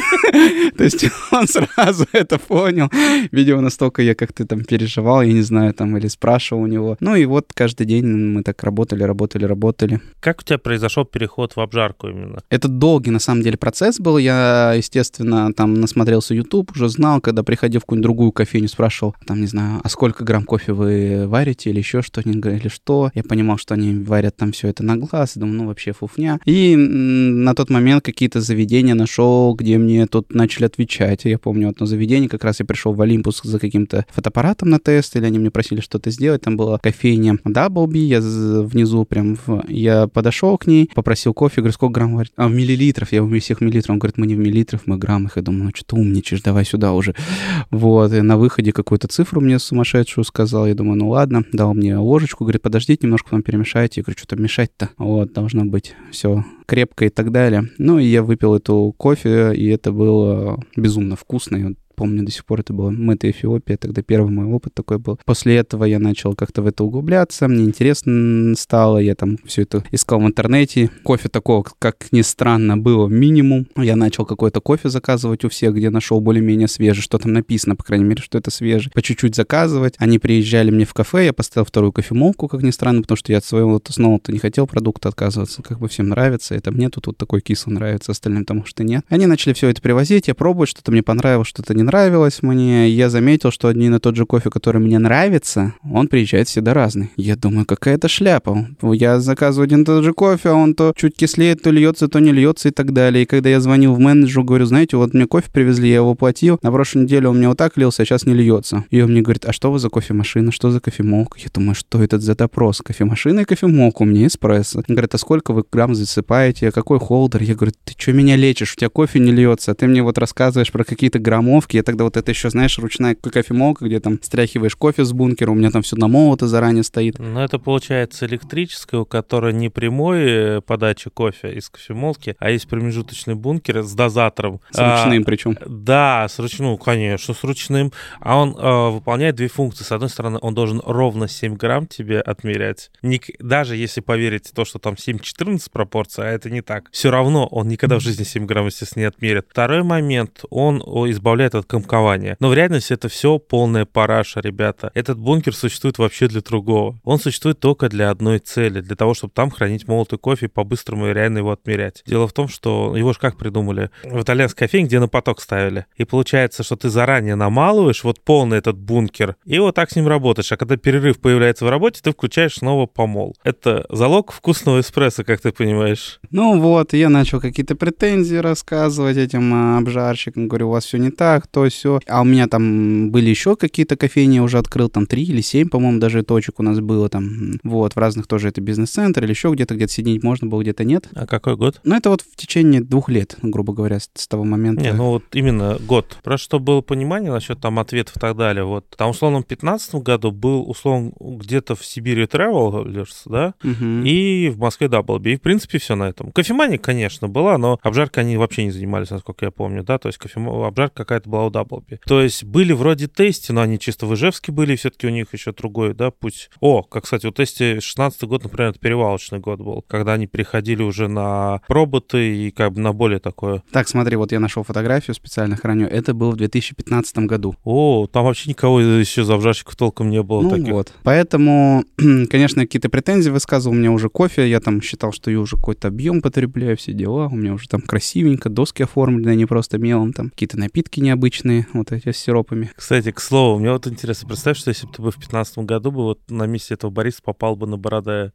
То есть он сразу это понял. Видимо, настолько я как-то там переживал, я не знаю, там, или спрашивал у него. Ну и вот каждый день мы так работали. Как у тебя произошел переход в обжарку именно? Это долгий, на самом деле, процесс был. Я, естественно, там насмотрелся YouTube, уже знал, когда приходил в какую-нибудь другую кофейню, спрашивал, там, не знаю, а сколько грамм кофе вы варите или еще что-нибудь, или что. Я понимал, что они варят там все это на глаз, и думаю, ну, вообще фуфня. И на тот момент какие-то заведения нашел, где мне тут начали отвечать. Я помню одно заведение, как раз я пришел в Олимпус за каким-то фотоаппаратом на тест, или они мне просили что-то сделать. Там была кофейня Double-B, я внизу прям, я подошел к ней, попросил кофе, говорю, сколько грамм варить? А, в миллилитров, я умею всех миллилитров. Он говорит, мы не в миллилитрах, мы в граммах. Я думаю, ну что ты умничаешь, давай сюда уже. Вот, и на выходе какую-то цифру мне сумасшедшую сказал. Я думаю, ну ладно, дал мне ложечку, говорит, подождите немножко, потом перемешайте. Я говорю, что-то мешать-то? Вот, должно быть все крепко и так далее. Ну, и я выпил эту кофе, и это было безумно вкусно. Помню, до сих пор это была мытая Эфиопия, тогда первый мой опыт такой был. После этого я начал как-то в это углубляться, мне интересно стало, я там все это искал в интернете. Кофе такого, как ни странно, было минимум. Я начал какой-то кофе заказывать у всех, где нашел более-менее свежий, что там написано, по крайней мере, что это свежий. По чуть-чуть заказывать. Они приезжали мне в кафе, я поставил вторую кофемолку, как ни странно, потому что я от своего снова-то не хотел продукта отказываться, как бы всем нравится. Это мне тут вот такой кислый нравится, остальным потому что нет. Они начали все это привозить, я пробовать, что-то мне понравилось, что-то не нравилось мне. Я заметил, что один и тот же кофе, который мне нравится, он приезжает всегда разный. Я думаю, какая-то шляпа. Я заказываю один и тот же кофе, а он то чуть кислеет, то льется, то не льется и так далее. И когда я звонил в менеджеру, говорю, знаете, вот мне кофе привезли, я его платил, на прошлой неделе он мне вот так лился, а сейчас не льется. И он мне говорит, а что вы за кофемашина, что за кофемолка? Я думаю, что это за допрос? Кофемашина и кофемолка, у меня эспрессо. Он говорит, а сколько вы грамм засыпаете, какой холдер? Я говорю, ты что меня лечишь? У тебя кофе не льется, а ты мне вот рассказываешь про какие-то граммовки. Я тогда вот это еще, знаешь, ручная кофемолка, где там стряхиваешь кофе с бункера, у меня там все намолото заранее стоит. Но это получается электрическая, у которой не прямой подача кофе из кофемолки, а есть промежуточный бункер с дозатором. С ручным причем. Да, с ручным, конечно, с ручным. А он выполняет две функции. С одной стороны, он должен ровно 7 грамм тебе отмерять. Даже если поверить в то, что там 7-14 пропорция, а это не так. Все равно он никогда в жизни 7 грамм, естественно, не отмерит. Второй момент, он избавляет от комкования. Но в реальности это все полная параша, ребята. Этот бункер существует вообще для другого. Он существует только для одной цели, для того, чтобы там хранить молотый кофе и по-быстрому и реально его отмерять. Дело в том, что его же как придумали? В итальянской кофейне, где на поток ставили. И получается, что ты заранее намалываешь вот полный этот бункер, и вот так с ним работаешь. А когда перерыв появляется в работе, ты включаешь снова помол. Это залог вкусного эспрессо, как ты понимаешь. Ну вот, я начал какие-то претензии рассказывать этим обжарщикам. Говорю, у вас все не так, то все. А у меня там были еще какие-то кофейни, я уже открыл, там 3 или 7, по-моему, даже точек у нас было там. Вот, в разных тоже это бизнес-центр или еще где-то сидеть можно было, где-то нет. А какой год? Ну, это вот в течение 2 лет, грубо говоря, с того момента. Не, ну вот именно год. Просто чтобы было понимание насчет там ответов и так далее. Вот там, условно, в 2015 году был, условно, где-то в Сибири Travelers, да, и в Москве Double-B. И, в принципе, все на этом. Кофемания, конечно, была, но обжаркой они вообще не занимались, насколько я помню, да, то есть обжарка какая-то была у Double-B. То есть были вроде тесты, но они чисто в Ижевске были, все-таки у них еще другой, да, путь. Как, кстати, у тесте 16-й год, например, это перевалочный год был, когда они переходили уже на роботы и как бы на более такое. Так, смотри, вот я нашел фотографию, специально храню. Это было в 2015 году. Там вообще никого еще из обжарщиков толком не было таких. Вот. Поэтому, конечно, какие-то претензии высказывал. У меня уже кофе, я там считал, что я уже какой-то объем потребляю, все дела. У меня уже там красивенько, доски оформлены, не просто мелом, там какие-то напитки необычные, вот эти с сиропами. Кстати, к слову, мне вот интересно, представь, что если бы ты бы в 2015 году бы вот на месте этого Бориса попал бы на Бородая.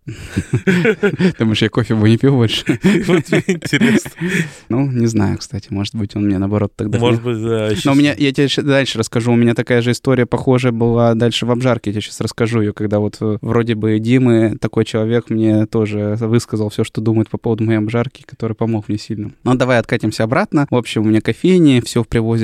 Думаешь, я кофе бы не пил больше? Вот мне интересно. Ну, не знаю, кстати, может быть, он мне наоборот тогда... Может быть, да. Но у меня, я тебе дальше расскажу, у меня такая же история похожая была дальше в обжарке, я тебе сейчас расскажу ее, когда вот вроде бы Димы, такой человек, мне тоже высказал все, что думает по поводу моей обжарки, который помог мне сильно. Ну, давай откатимся обратно. В общем, у меня кофейни, все привозят невкусное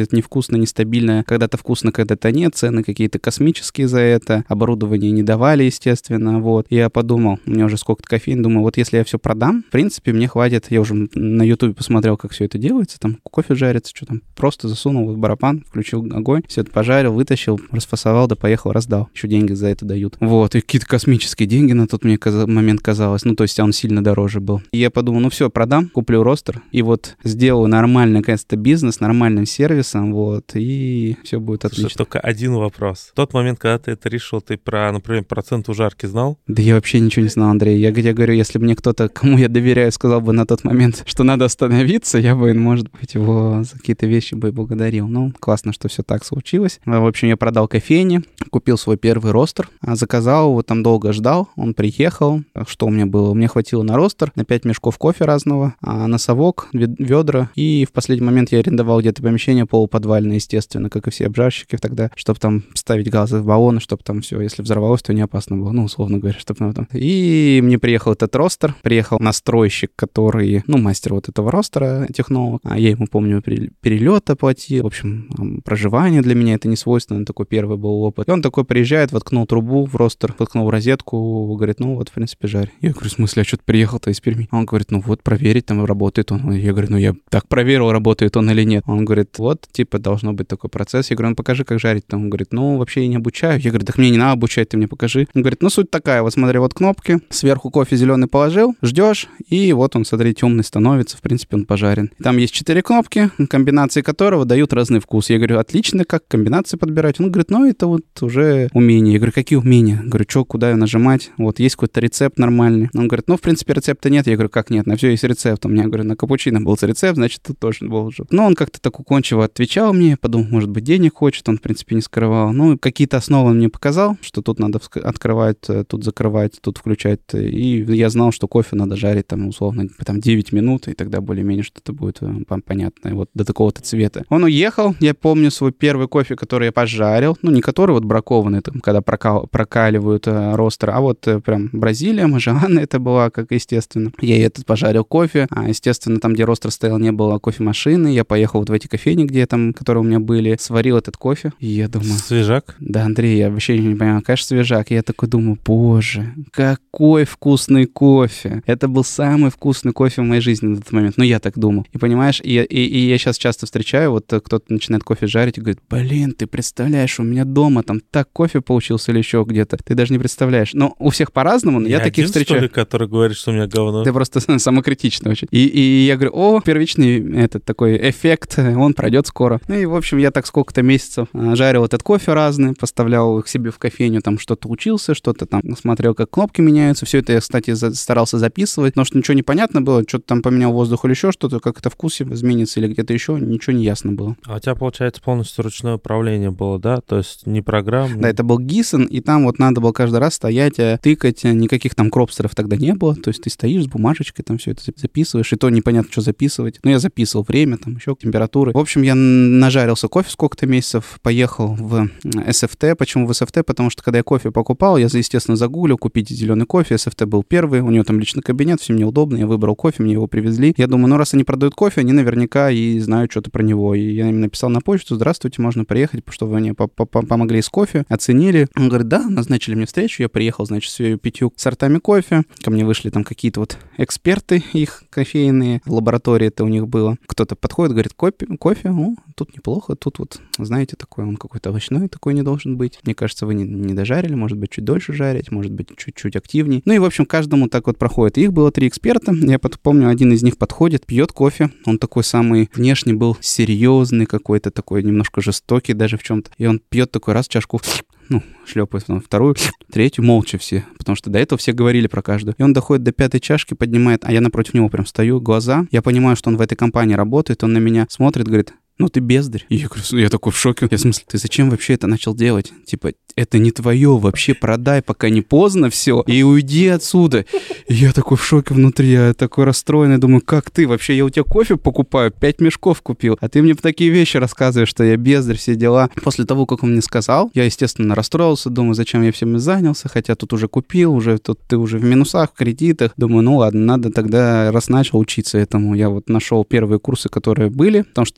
невкусно, нестабильно, когда-то вкусно, когда-то нет, цены какие-то космические за это, оборудование не давали, естественно, вот. И я подумал, у меня уже сколько-то кофеин, думаю, вот если я все продам, в принципе, мне хватит, я уже на YouTube посмотрел, как все это делается, там кофе жарится, что там, просто засунул в барабан, включил огонь, все это пожарил, вытащил, расфасовал, да поехал, раздал. Еще деньги за это дают. Вот, и какие-то космические деньги на тот момент казалось, ну, то есть он сильно дороже был. И я подумал, ну все, продам, куплю ростер, и вот сделаю нормальный, наконец-то, бизнес, нормальным сервисом, вот, и все будет отлично. Слушай, только один вопрос. В тот момент, когда ты это решил, ты про, например, процент ужарки знал? Да я вообще ничего не знал, Андрей. Я говорю, если бы мне кто-то, кому я доверяю, сказал бы на тот момент, что надо остановиться, я бы, может быть, его за какие-то вещи бы благодарил. Ну, классно, что все так случилось. В общем, я продал кофейни, купил свой первый ростер, заказал его, там долго ждал, он приехал. Что у меня было? Мне хватило на ростер, на 5 мешков кофе разного, на совок, ведра, и в последний момент я арендовал где-то помещение полуподвальное, естественно, как и все обжарщики тогда, чтобы там ставить газы в баллоны, чтобы там все, если взорвалось, то не опасно было, ну, условно говоря, чтобы там. И мне приехал этот ростер, приехал настройщик, который, ну, мастер вот этого ростера, технолог, я ему, помню, перелет оплатил, в общем, проживание для меня это не свойственно, такой первый был опыт. И он такой приезжает, воткнул трубу в ростер, воткнул в розетку, говорит, ну, вот, в принципе, жарь. Я говорю, в смысле, а что ты приехал-то из Перми? Он говорит, ну, вот, проверить, там, работает он. Я говорю, ну, я так проверил, работает он или нет. Он говорит, вот, типа, должно быть такой процесс. Я говорю, ну, покажи, как жарить. Он говорит, ну, вообще я не обучаю. Я говорю, так мне не надо обучать, ты мне покажи. Он говорит, ну, суть такая, вот смотри, вот кнопки, сверху кофе зеленый положил, ждешь, и вот он, смотри, темный становится, в принципе, он пожарен. Там есть 4 кнопки, комбинации которого дают разный вкус. Я говорю, отлично, как комбинации подбирать? Он говорит, ну, это вот уже умение. Я говорю, какие умения? Я говорю, что, куда ее нажимать? Вот, есть какой-то рецепт нормальный. Он говорит, ну, в принципе, рецепта нет. Я говорю, как нет? На все есть рецепт. У меня, говорю, на капучино был рецепт, значит, тут тоже был уже. Но он как-то так уклончиво отвечал мне, подумал, может быть, денег хочет, он, в принципе, не скрывал. Ну, какие-то основы он мне показал, что тут надо открывать, тут закрывать, тут включать. И я знал, что кофе надо жарить, там, условно, там, 9 минут, и тогда более-менее что-то будет понятно. Вот до такого-то цвета. Он уехал, я помню свой первый кофе, который я пожарил, ну, не который вот бракованный, там, когда прокаливают ростер, а вот прям Бразилия, Мажиана это была, как естественно. Я этот пожарил кофе, естественно, там, где ростер стоял, не было кофемашины, я поехал вот в эти кофейни, где там, которые у меня были, сварил этот кофе, и я думаю... Свежак? Да, Андрей, я вообще не понимаю, конечно, свежак. Я такой думаю, боже, какой вкусный кофе. Это был самый вкусный кофе в моей жизни на тот момент. Ну, я так думал. И понимаешь, и я сейчас часто встречаю, вот кто-то начинает кофе жарить и говорит, блин, ты представляешь, у меня дома там так кофе получился или еще где-то. Ты даже не представляешь. Но у всех по-разному, но я таких встречаю. Что ли, который говорит, что у меня говно? Ты просто самокритичный очень. И я говорю, о, первичный этот такой эффект, он пройдет скоро. Ну и, в общем, я так сколько-то месяцев жарил этот кофе разный, поставлял их себе в кофейню, там что-то учился, что-то там смотрел, как кнопки меняются. Все это я, кстати, старался записывать, потому что ничего не понятно было, что-то там поменял воздух или еще что-то, как это вкус изменится или где-то еще, ничего не ясно было. А у тебя, получается, полностью ручное управление было, да? То есть не программа? Да, это был Гиссен, и там вот надо было каждый раз стоять, тыкать, никаких там кропстеров тогда не было, то есть ты стоишь с бумажечкой, там все это записываешь, и то непонятно, что записывать. Но я записывал время, там еще температуры. В общем, я нажарился кофе сколько-то месяцев, поехал в SFT. Почему в SFT? Потому что когда я кофе покупал, я, естественно, загуглил, купить зеленый кофе. SFT был первый, у него там личный кабинет, все мне удобно, я выбрал кофе, мне его привезли. Я думаю, ну раз они продают кофе, они наверняка и знают что-то про него. И я им написал на почту, здравствуйте, можно приехать, потому что вы мне помогли с кофе, оценили. Он говорит, да, назначили мне встречу, я приехал, значит, с 5 сортами кофе. Ко мне вышли там какие-то вот эксперты их кофейные, в лаборатории это у них было. Кто-то подходит, говорит, кофе, ну, тут неплохо, тут вот, знаете, такой он какой-то овощной такой не должен быть. Мне кажется, вы не дожарили, может быть, чуть дольше жарить, может быть, чуть-чуть активней. Ну и, в общем, каждому так вот проходит. Их было 3 эксперта. Я помню, один из них подходит, пьет кофе. Он такой самый внешне был серьезный какой-то, такой немножко жестокий даже в чем-то. И он пьет такой раз чашку, ну, шлепает, потом вторую, третью, молча все, потому что до этого все говорили про каждую. И он доходит до 5-й чашки, поднимает, а я напротив него прям стою, глаза. Я понимаю, что он в этой компании работает, он на меня смотрит, говорит, ну ты бездарь. И я говорю, я такой в шоке. Я в смысле, ты зачем вообще это начал делать? Типа, это не твое, вообще продай, пока не поздно все, и уйди отсюда. И я такой в шоке внутри, я такой расстроенный, думаю, как ты? Вообще, я у тебя кофе покупаю, 5 мешков купил, а ты мне такие вещи рассказываешь, что я бездарь, все дела. После того, как он мне сказал, я, естественно, расстроился, думаю, зачем я всем и занялся, хотя тут уже купил, уже тут ты уже в минусах, в кредитах. Думаю, ну ладно, надо тогда, раз начал учиться этому, я вот нашел первые курсы, которые были, потому что тогда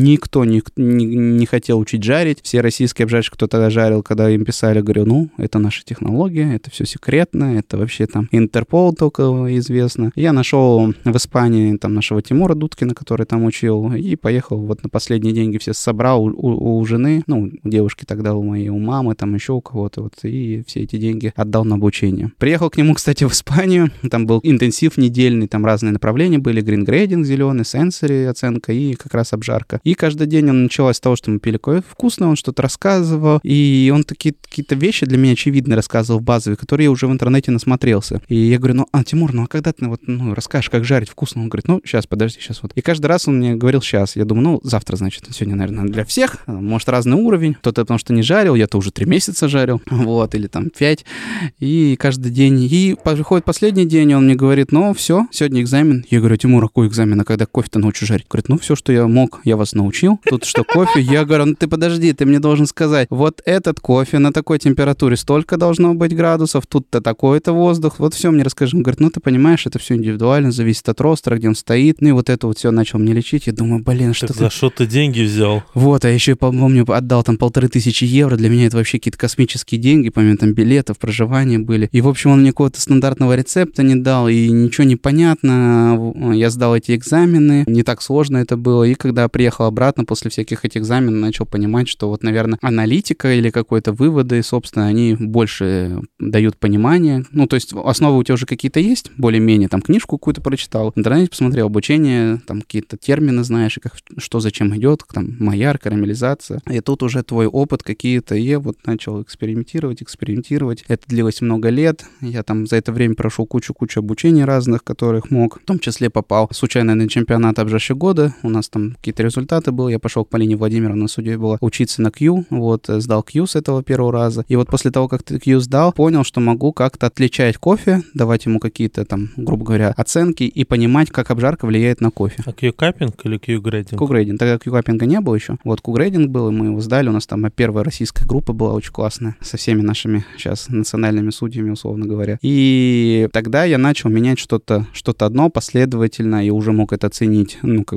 никто не хотел учить жарить. Все российские обжарщики, кто тогда жарил, когда им писали, говорю, ну, это наша технология, это все секретно, это вообще там Интерпол только известно. Я нашел в Испании там нашего Тимура Дудкина, который там учил, и поехал вот на последние деньги все собрал у жены, ну, у девушки тогда, у моей, у мамы, там еще у кого-то, вот, и все эти деньги отдал на обучение. Приехал к нему, кстати, в Испанию, там был интенсив недельный, там разные направления были, грингрейдинг зеленый, сенсори оценка и как раз обжарка. И каждый день он началось с того, что мы пили кофе вкусно, он что-то рассказывал, и он какие-то вещи для меня очевидно рассказывал базовые, которые я уже в интернете насмотрелся. И я говорю, Тимур, а когда ты вот, расскажешь, как жарить вкусно? Он говорит, сейчас, подожди, сейчас вот. И каждый раз он мне говорил сейчас. Я думаю, завтра, значит, сегодня, наверное, для всех. Может, разный уровень. Кто-то потому что не жарил, я-то уже 3 месяца жарил, вот, или там 5. И каждый день. И приходит последний день, он мне говорит, все, сегодня экзамен. Я говорю, Тимур, какой экзамен? А когда кофе-то научу жарить? Говорит, все, что я мог, я вас научил. Тут что, кофе? Я говорю, ты подожди, ты мне должен сказать, вот этот кофе на такой температуре столько должно быть градусов, тут-то такой-то воздух, вот все мне расскажи. Он говорит, ты понимаешь, это все индивидуально, зависит от ростера, где он стоит. Ну и вот это вот все начал мне лечить. Я думаю, что за что ты деньги взял? Вот, а еще, помню, отдал там 1500 евро. Для меня это вообще какие-то космические деньги, помимо там билетов, проживания были. И, в общем, он мне какого-то стандартного рецепта не дал, и ничего не понятно. Я сдал эти экзамены, не так сложно это было. И когда приехал обратно после всяких этих экзаменов, начал понимать, что вот, наверное, аналитика или какой-то выводы, собственно, они больше дают понимание. Ну, то есть основы у тебя уже какие-то есть, более-менее, там книжку какую-то прочитал, в интернете посмотрел обучение, там какие-то термины знаешь, что зачем идет, там майяр, карамелизация. И тут уже твой опыт какие-то, и я вот начал экспериментировать. Это длилось много лет. Я там за это время прошел кучу обучений разных, которых мог. В том числе попал случайно на чемпионат обжарщик года. У нас там какие-то результаты были. Я пошел к Полине Владимировне, на суде было учиться на Q. Вот, сдал Q с этого первого раза. И вот после того, как ты Q сдал, понял, что могу как-то отличать кофе, давать ему какие-то там, грубо говоря, оценки и понимать, как обжарка влияет на кофе. А Q-каппинг или Q-грейдинг? Q-грейдинг. Тогда Q-каппинга не было еще. Вот Q-грейдинг был, и мы его сдали. У нас там первая российская группа была очень классная, со всеми нашими сейчас национальными судьями, условно говоря. И тогда я начал менять что-то одно последовательно, и уже мог это оценить,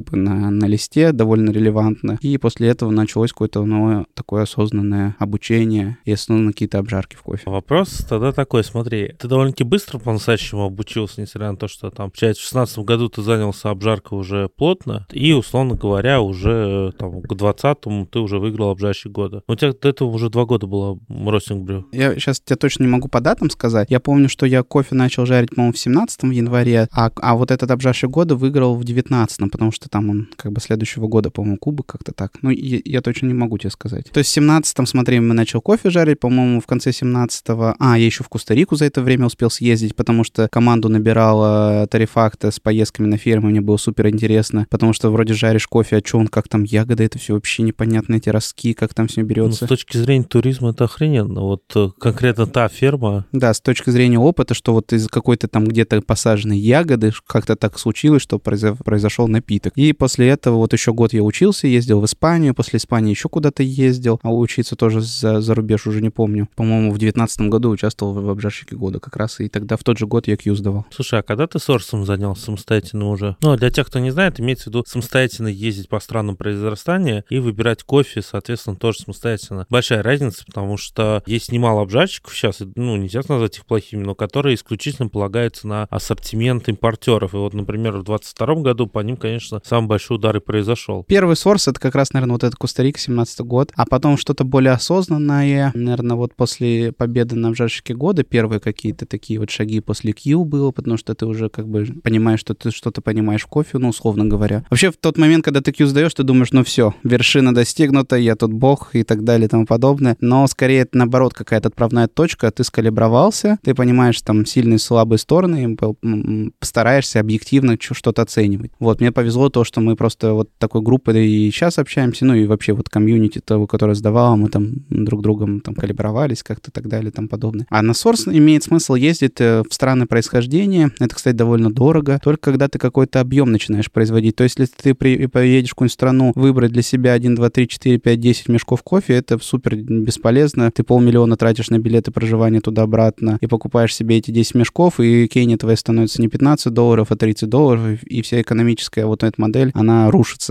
на листе довольно релевантно. И после этого началось какое-то новое такое осознанное обучение и основные какие-то обжарки в кофе. Вопрос тогда такой, смотри, ты довольно-таки быстро по-настоящему обучился, несмотря на то, что там, в 2016 году ты занялся обжаркой уже плотно, и, условно говоря, уже там к 2020-му ты уже выиграл обжарщик года. У тебя до этого уже 2 года было Roasting Brew. Я сейчас тебе точно не могу по датам сказать. Я помню, что я кофе начал жарить, по-моему, в 17-м январе, а вот этот обжарщик года выиграл в 19-м, потому что там он следующего года, по-моему, кубок как-то так. Я точно не могу тебе сказать. То есть в 17-м, смотри, мы начал кофе жарить, по-моему, в конце 17-го. Я еще в Коста-Рику за это время успел съездить, потому что команду набирала Тарифакта с поездками на ферму, мне было супер интересно, потому что вроде жаришь кофе, а что он, как там ягоды, это все вообще непонятно, эти ростки, как там все берется. С точки зрения туризма это охрененно. Вот конкретно та ферма. Да, с точки зрения опыта, что вот из какой-то там где-то посаженной ягоды как-то так случилось, что произошел напиток. И после этого вот еще год я учился, ездил в Испанию, после Испании еще куда-то ездил, а учиться тоже за рубеж уже не помню. По-моему, в 19-м году участвовал в обжарщике года как раз, и тогда в тот же год я Q сдавал. Слушай, а когда ты сорсом занялся самостоятельно уже? Для тех, кто не знает, имеется в виду самостоятельно ездить по странам произрастания и выбирать кофе, соответственно, тоже самостоятельно. Большая разница, потому что есть немало обжарщиков сейчас, нельзя назвать их плохими, но которые исключительно полагаются на ассортимент импортеров. И вот, например, в 22-м году по ним, конечно, самый большой удар и произошел. Первый сорс — это как раз, наверное, вот этот Коста-Рика, 17-й год, а потом что-то более осознанное, наверное, вот после победы на обжарщике года первые какие-то такие вот шаги после Q было, потому что ты уже понимаешь, что ты что-то понимаешь в кофе, условно говоря. Вообще, в тот момент, когда ты Q сдаешь, ты думаешь, все, вершина достигнута, я тут бог и так далее и тому подобное, но скорее это, наоборот, какая-то отправная точка, ты скалибровался, ты понимаешь там сильные и слабые стороны, и постараешься объективно что-то оценивать. Вот, мне повезло то, что мы просто вот такой группой и сейчас общаемся, и вообще вот комьюнити того, которое сдавало, мы там друг другом там калибровались как-то и так далее и тому подобное. А на сорс имеет смысл ездить в страны происхождения, это, кстати, довольно дорого, только когда ты какой-то объем начинаешь производить. То есть, если ты поедешь в какую-нибудь страну, выбрать для себя 1, 2, 3, 4, 5, 10 мешков кофе, это супер бесполезно. Ты $500 000 тратишь на билеты проживания туда-обратно и покупаешь себе эти 10 мешков, и Кения твоя становится не $15, а $30, и вся экономическая вот эта модель, она рушится. А вообще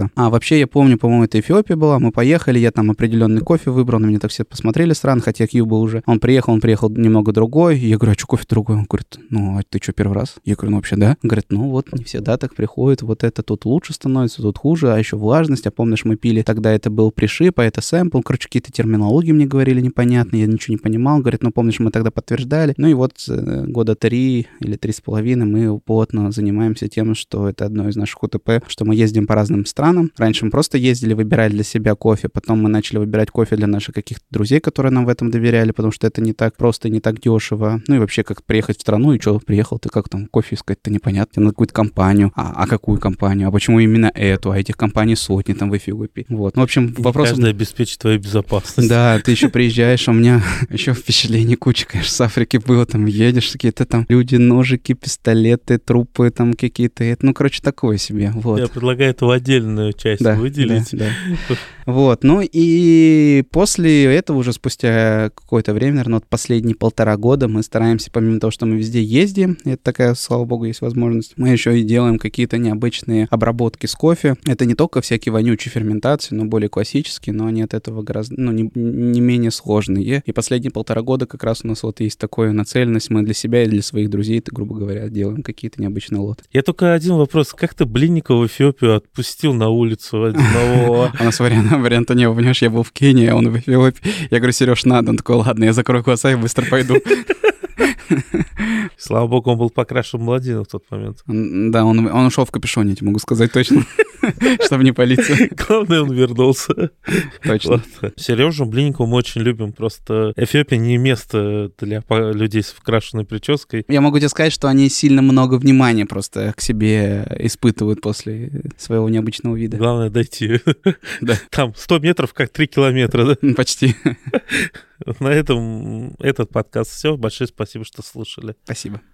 Вообще, я помню, по-моему, это Эфиопия была, мы поехали, я там определенный кофе выбрал, на меня так все посмотрели странно, хотя Кьюба уже. Он приехал немного другой, я говорю, а что кофе другой? Он говорит, ну, а ты что, первый раз? Я говорю, ну, вообще, да. Он говорит, ну, вот не всегда так приходит, вот это тут лучше становится, тут хуже, а еще влажность, а помнишь, мы пили, тогда это был пришип, а это сэмпл, короче, какие-то терминологии мне говорили непонятные, я ничего не понимал, говорит, ну, помнишь, мы тогда подтверждали. Ну, и вот года 3 или 3,5 мы плотно занимаемся тем, что это одно из наших УТП, что мы ездим по разным странам. Раньше мы просто ездили, выбирали для себя кофе, потом мы начали выбирать кофе для наших каких-то друзей, которые нам в этом доверяли, потому что это не так просто, не так дешево. Ну и вообще, как приехать в страну, и что, приехал, ты как там кофе искать-то непонятно, на какую-то компанию. А какую компанию? А почему именно эту? А этих компаний сотни там в Эфиопии. Вот. Ну, в общем, вопрос... Каждый обеспечит твою безопасность. Да, ты еще приезжаешь, у меня еще впечатление куча, конечно, с Африки было, там едешь, какие-то там люди, ножики, пистолеты, трупы там какие-то. Ну, короче, такое себе. Вот. Я предлагаю эту отдельную часть выделить. Да. Вот, ну и после этого уже спустя какое-то время, наверное, вот последние 1,5 года мы стараемся, помимо того, что мы везде ездим, это такая, слава богу, есть возможность, мы еще и делаем какие-то необычные обработки с кофе. Это не только всякие вонючие ферментации, но более классические, но они от этого гораздо, ну, не менее сложные. И последние 1,5 года как раз у нас вот есть такая нацеленность, мы для себя и для своих друзей, грубо говоря, делаем какие-то необычные лоты. Я только один вопрос, как ты Блинникова в Эфиопию отпустил на улицу одного? У нас варианта не было, понимаешь, я был в Кении, а он в Эфиопии. Я говорю, Сереж, надо. Он такой, ладно, я закрою глаза и быстро пойду. Слава богу, он был покрашен блондином в тот момент. Да, он ушел в капюшоне, я тебе могу сказать точно, чтобы не палиться. Главное, он вернулся. Точно. Сережу Блинникову мы очень любим, просто Эфиопия не место для людей с вкрашенной прической. Я могу тебе сказать, что они сильно много внимания просто к себе испытывают после своего необычного вида. Главное дойти. Да. Там 100 метров, как 3 километра, да? Почти. На этом этот подкаст все. Большое спасибо, что слушали. Спасибо.